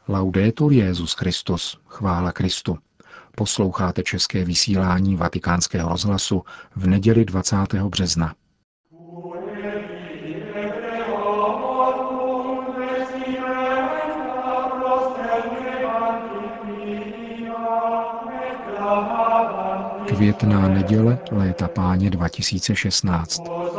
Laudetur Jesus Christus, chvála Kristu. Posloucháte české vysílání Vatikánského rozhlasu v neděli 20. března. Květná neděle léta Páně 2016.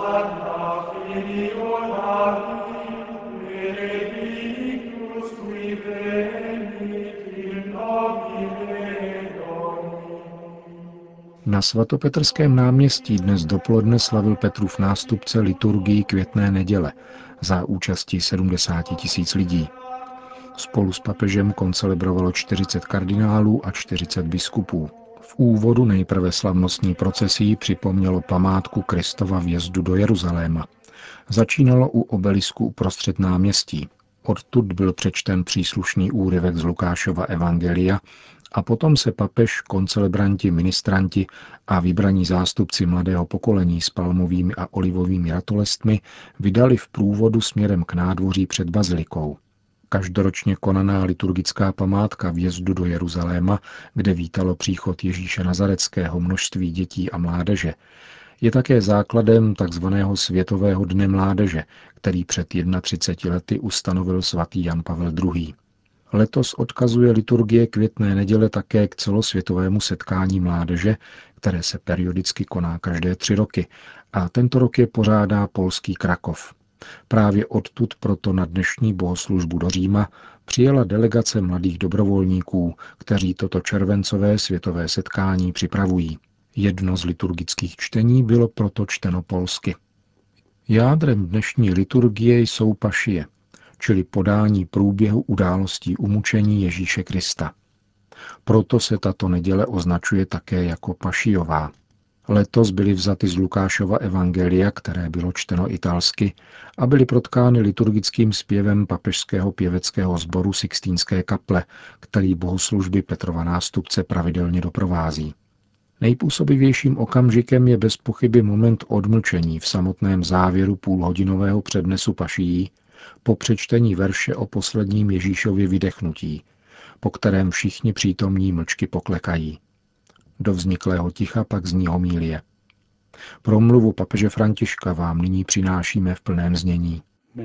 Na svatopetrském náměstí dnes dopoledne slavil Petrův nástupce liturgii Květné neděle za účasti 70 000 lidí. Spolu s papežem koncelebrovalo 40 kardinálů a 40 biskupů. V úvodu nejprve slavnostní procesí připomnělo památku Kristova vjezdu do Jeruzaléma. Začínalo u obelisku uprostřed náměstí. Odtud byl přečten příslušný úryvek z Lukášova evangelia a potom se papež, koncelebranti, ministranti a vybraní zástupci mladého pokolení s palmovými a olivovými ratolestmi vydali v průvodu směrem k nádvoří před bazilikou. Každoročně konaná liturgická památka vjezdu do Jeruzaléma, kde vítalo příchod Ježíše Nazareckého množství dětí a mládeže, je také základem tzv. Světového dne mládeže, který před 31 lety ustanovil svatý Jan Pavel II. Letos odkazuje liturgie Květné neděle také k celosvětovému setkání mládeže, které se periodicky koná každé 3 roky, a tento rok je pořádá polský Krakov. Právě odtud proto na dnešní bohoslužbu do Říma přijela delegace mladých dobrovolníků, kteří toto červencové světové setkání připravují. Jedno z liturgických čtení bylo proto čteno polsky. Jádrem dnešní liturgie jsou pašie, čili podání průběhu událostí umučení Ježíše Krista. Proto se tato neděle označuje také jako pašiová. Letos byly vzaty z Lukášova evangelia, které bylo čteno italsky, a byly protkány liturgickým zpěvem papežského pěveckého sboru Sixtínské kaple, který bohoslužby Petrova nástupce pravidelně doprovází. Nejpůsobivějším okamžikem je bez pochyby moment odmlčení v samotném závěru půlhodinového přednesu pašií po přečtení verše o posledním Ježíšově vydechnutí, po kterém všichni přítomní mlčky poklekají. Do vzniklého ticha pak zní homilie. Promluvu papeže Františka vám nyní přinášíme v plném znění.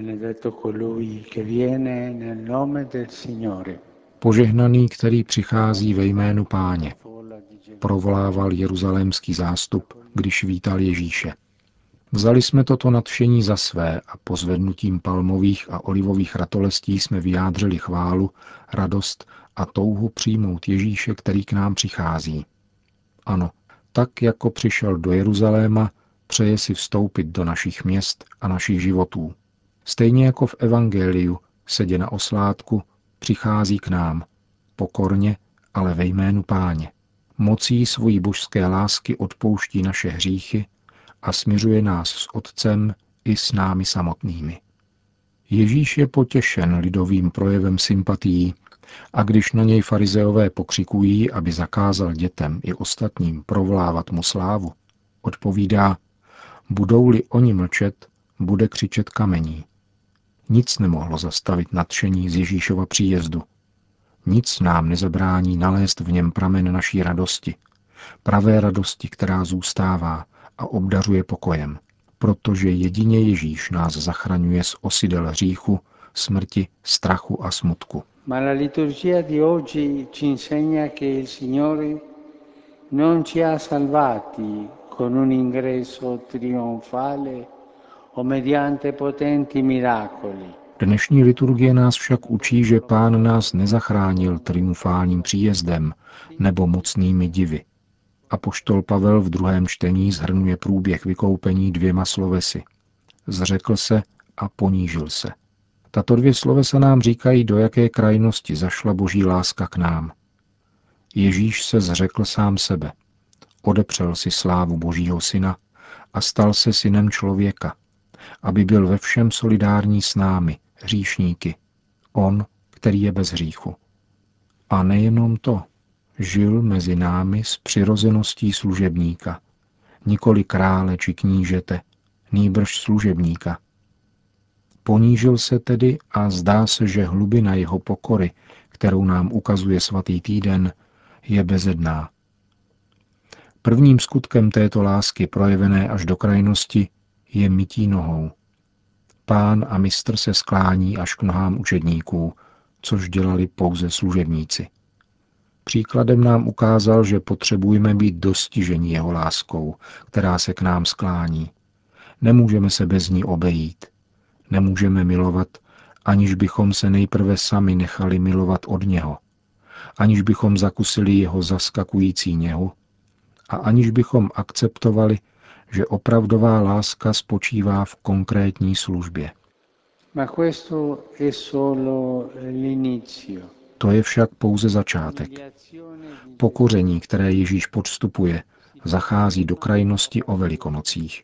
Požehnaný, který přichází ve jménu Páně, provolával jeruzalémský zástup, když vítal Ježíše. Vzali jsme toto nadšení za své a pozvednutím palmových a olivových ratolestí jsme vyjádřili chválu, radost a touhu přijmout Ježíše, který k nám přichází. Ano, tak jako přišel do Jeruzaléma, přeje si vstoupit do našich měst a našich životů. Stejně jako v evangeliu, sedě na oslátku, přichází k nám, pokorně, ale ve jménu Páně. Mocí svojí božské lásky odpouští naše hříchy a smiřuje nás s Otcem i s námi samotnými. Ježíš je potěšen lidovým projevem sympatií, a když na něj farizeové pokřikují, aby zakázal dětem i ostatním provolávat mu slávu, odpovídá: budou-li oni mlčet, bude křičet kamení. Nic nemohlo zastavit nadšení z Ježíšova příjezdu. Nic nám nezabrání nalézt v něm pramen naší radosti, pravé radosti, která zůstává a obdařuje pokojem, protože jedině Ježíš nás zachraňuje z osidel hříchu, smrti, strachu a smutku. Ma la liturgia di oggi ci insegna che il Signore non ci ha salvati con un ingresso trionfale o mediante potenti miracoli. Dnešní liturgie nás však učí, že Pán nás nezachránil triumfálním příjezdem nebo mocnými divy. Apoštol Pavel v 2. čtení shrnuje průběh vykoupení 2 slovesy. Zřekl se a ponížil se. Tato 2 slovesa nám říkají, do jaké krajnosti zašla boží láska k nám. Ježíš se zřekl sám sebe, odepřel si slávu božího syna a stal se synem člověka, aby byl ve všem solidární s námi, hříšníky, on, který je bez hříchu. A nejenom to, žil mezi námi s přirozeností služebníka, nikoli krále či knížete, nýbrž služebníka. Ponížil se tedy a zdá se, že hlubina jeho pokory, kterou nám ukazuje svatý týden, je bezedná. Prvním skutkem této lásky, projevené až do krajnosti, je mytí nohou. Pán a mistr se sklání až k nohám učedníků, což dělali pouze služebníci. Příkladem nám ukázal, že potřebujeme být dostiženi jeho láskou, která se k nám sklání. Nemůžeme se bez ní obejít. Nemůžeme milovat, aniž bychom se nejprve sami nechali milovat od něho, aniž bychom zakusili jeho zaskakující něhu a aniž bychom akceptovali, že opravdová láska spočívá v konkrétní službě. To je však pouze začátek. Pokoření, které Ježíš podstupuje, zachází do krajnosti o Velikonocích.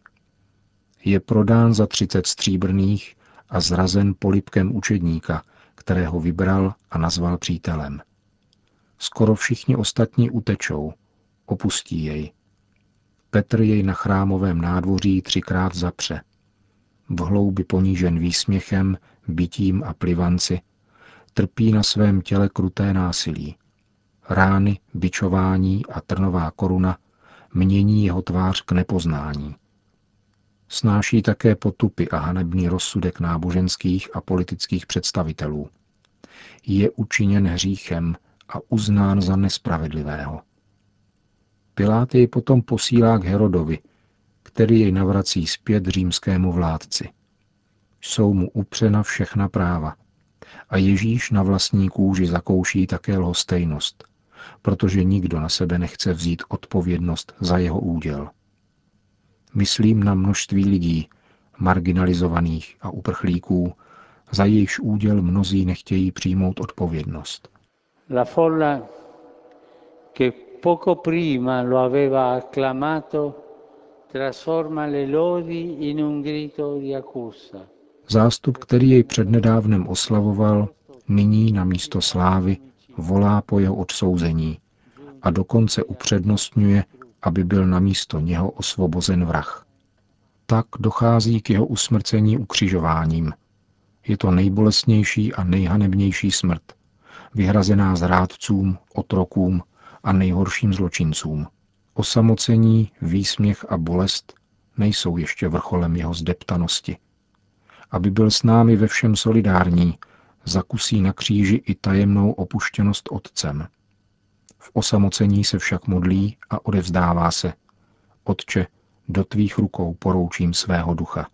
Je prodán za 30 stříbrných a zrazen polibkem učedníka, kterého vybral a nazval přítelem. Skoro všichni ostatní utečou, opustí jej. Petr jej na chrámovém nádvoří 3krát zapře. V hloubi ponížen výsměchem, bitím a plivanci, trpí na svém těle kruté násilí. Rány, bičování a trnová koruna mění jeho tvář k nepoznání. Snáší také potupy a hanebný rozsudek náboženských a politických představitelů. Je učiněn hříchem a uznán za nespravedlivého. Pilát jej potom posílá k Herodovi, který jej navrací zpět římskému vládci. Jsou mu upřena všechna práva. A Ježíš na vlastní kůži zakouší také lhostejnost, protože nikdo na sebe nechce vzít odpovědnost za jeho úděl. Myslím na množství lidí, marginalizovaných a uprchlíků, za jejichž úděl mnozí nechtějí přijmout odpovědnost. La folla che poco prima lo aveva acclamato trasforma le lodi in un grito di accusa. Zástup, který jej přednedávnem oslavoval, nyní na místo slávy volá po jeho odsouzení a dokonce upřednostňuje, aby byl na místo něho osvobozen vrah. Tak dochází k jeho usmrcení ukřižováním. Je to nejbolestnější a nejhanebnější smrt, vyhrazená zrádcům, otrokům a nejhorším zločincům. Osamocení, výsměch a bolest nejsou ještě vrcholem jeho zdeptanosti. Aby byl s námi ve všem solidární, zakusí na kříži i tajemnou opuštěnost Otcem. V osamocení se však modlí a odevzdává se. Otče, do tvých rukou poroučím svého ducha.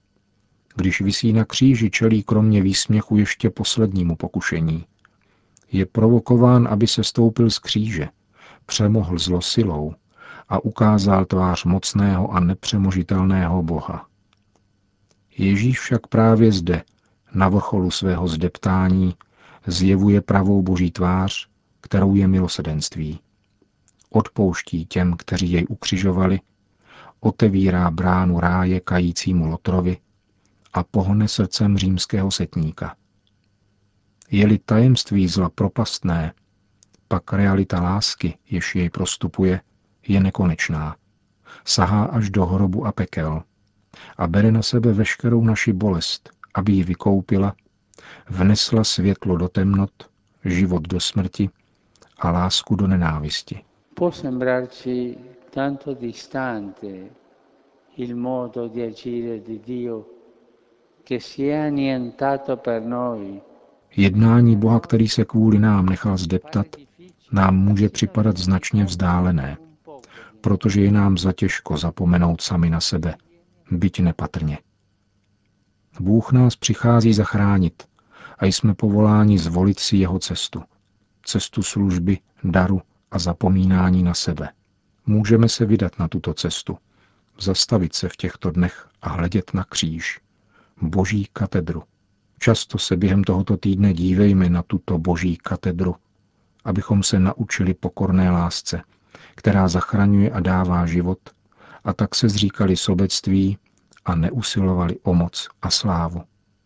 Když visí na kříži, čelí kromě výsměchu ještě poslednímu pokušení. Je provokován, aby se stoupil z kříže, přemohl zlo silou a ukázal tvář mocného a nepřemožitelného Boha. Ježíš však právě zde, na vrcholu svého zdeptání, zjevuje pravou Boží tvář, kterou je milosrdenství. Odpouští těm, kteří jej ukřižovali, otevírá bránu ráje kajícímu Lotrovi a pohne srdcem římského setníka. Je-li tajemství zla propastné, pak realita lásky, jež jej prostupuje, je nekonečná. Sahá až do hrobu a pekel a bere na sebe veškerou naši bolest, aby ji vykoupila, vnesla světlo do temnot, život do smrti a lásku do nenávisti. Può sembrarci tanto distante il modo di agire di Dio che si è annientato per noi. Jednání Boha, který se kvůli nám nechal zdeptat, nám může připadat značně vzdálené, protože je nám zatěžko zapomenout sami na sebe, byť nepatrně. Bůh nás přichází zachránit a jsme povoláni zvolit si jeho cestu. Cestu služby, daru a zapomínání na sebe. Můžeme se vydat na tuto cestu, zastavit se v těchto dnech a hledět na kříž, Boží katedru. Často se během tohoto týdne dívejme na tuto Boží katedru, abychom se naučili pokorné lásce, která zachraňuje a dává život, a tak se zříkali sobectví a neusilovali o moc a slávu.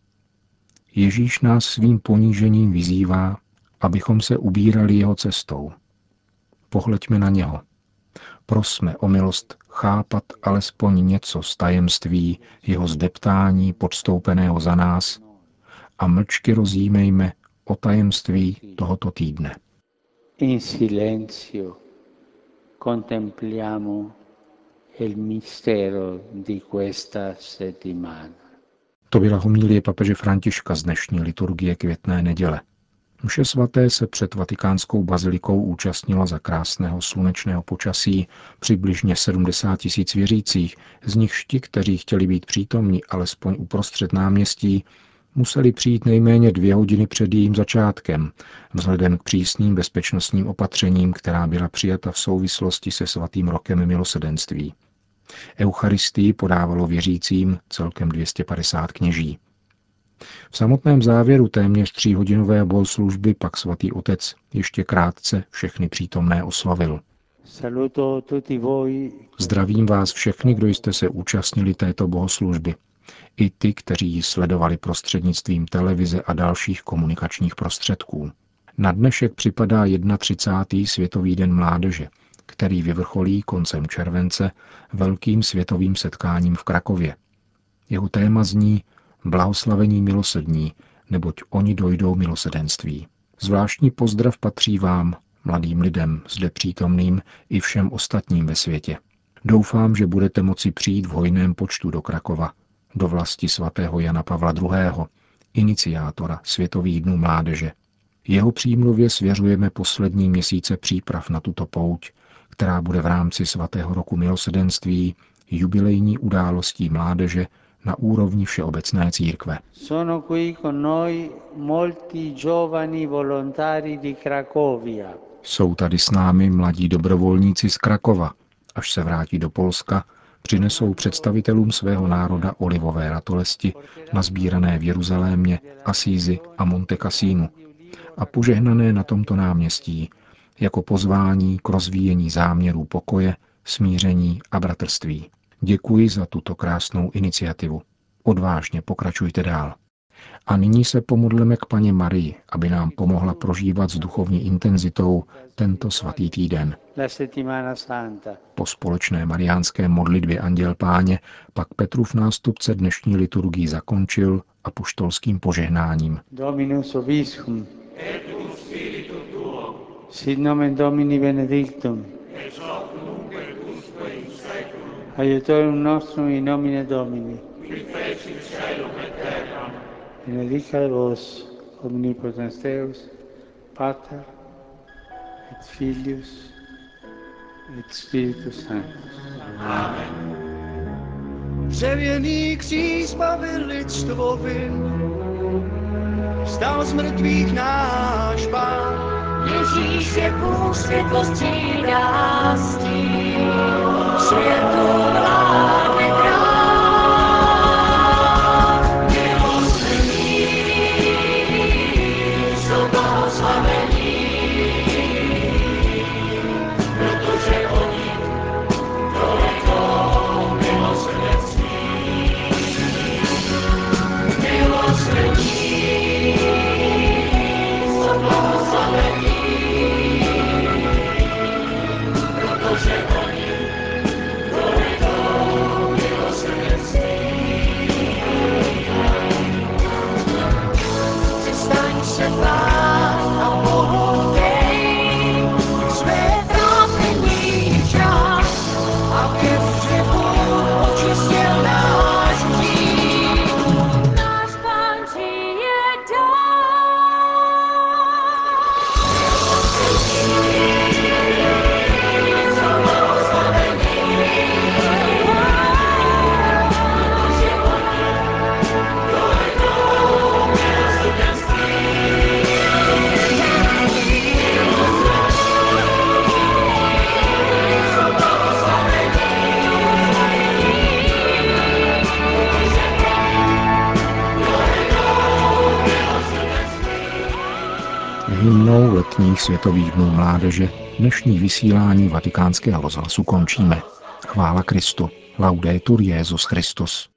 Ježíš nás svým ponížením vyzývá, abychom se ubírali jeho cestou. Pohleďme na něho. Prosme o milost chápat alespoň něco z tajemství jeho zdeptání podstoupeného za nás a mlčky rozjímejme o tajemství tohoto týdne. In silenzio contempliamo il mistero di questa settimana. To byla homilie papeže Františka z dnešní liturgie Květné neděle. Mše svaté se před Vatikánskou bazilikou účastnilo za krásného slunečného počasí přibližně 70 000 věřících, z nichž ti, kteří chtěli být přítomni alespoň uprostřed náměstí, museli přijít nejméně 2 hodiny před jejím začátkem, vzhledem k přísným bezpečnostním opatřením, která byla přijata v souvislosti se svatým rokem milosedenství. Eucharistii podávalo věřícím celkem 250 kněží. V samotném závěru téměř 3hodinové bohoslužby pak svatý otec ještě krátce všechny přítomné oslovil. Zdravím vás všechny, kdo jste se účastnili této bohoslužby. I ty, kteří ji sledovali prostřednictvím televize a dalších komunikačních prostředků. Na dnešek připadá 31. Světový den mládeže, který vyvrcholí koncem července velkým světovým setkáním v Krakově. Jeho téma zní Blahoslavení milosrdní, neboť oni dojdou milosedenství. Zvláštní pozdrav patří vám, mladým lidem, zde přítomným i všem ostatním ve světě. Doufám, že budete moci přijít v hojném počtu do Krakova, do vlasti svatého Jana Pavla II., iniciátora Světových dnů mládeže. Jeho přímluvě svěřujeme poslední měsíce příprav na tuto pouť, která bude v rámci svatého roku milosedenství jubilejní událostí mládeže na úrovni všeobecné církve. Sono qui con noi molti giovani volontari di Cracovia. Jsou tady s námi mladí dobrovolníci z Krakova. Až se vrátí do Polska, přinesou představitelům svého národa olivové ratolesti, nazbírané v Jeruzalémě, Asízi a Monte Cassinu a požehnané na tomto náměstí, jako pozvání k rozvíjení záměrů pokoje, smíření a bratrství. Děkuji za tuto krásnou iniciativu. Odvážně pokračujte dál. A nyní se pomodleme k Panně Marii, aby nám pomohla prožívat s duchovní intenzitou tento svatý týden. Po společné mariánské modlitbě Anděl Páně pak Petrův nástupce dnešní liturgii zakončil apoštolským požehnáním. Dominus vobiscum, et cum spiritu tuo, sit nomen Domini benedictum, ex hoc nunc et usque in saeculum, aiutorium nostrum in nomine Domini, qui fecit caelum et terram, benedicat vos omnipotens Deus, Pater et Filius et Spiritus Sanctus. Amen. Dřevěný kříž zbavil lidstvo vin, vstal z mrtvých náš Pán. Ježíš je Bůh, světlo střídá stín, světu vládne král. Milosrdní jsou blahoslavení, protože oni dojdou milosrdenství. Milosrdní jsou blahoslavení, protože oni dojdou milosrdenství. Přestaň se bát a Bohu dej své trápení čas, a věř, že Bůh očistil náš hřích. Náš Pán žije dál. Jsou blahoslavení, protože oni dojdou milosrdenství. Jsou blahoslavení, protože oni dojdou milosrdenství. Hymnou letních světových dnů mládeže dnešní vysílání Vatikánského rozhlasu končíme. Chvála Kristu. Laudetur Jesus Christus.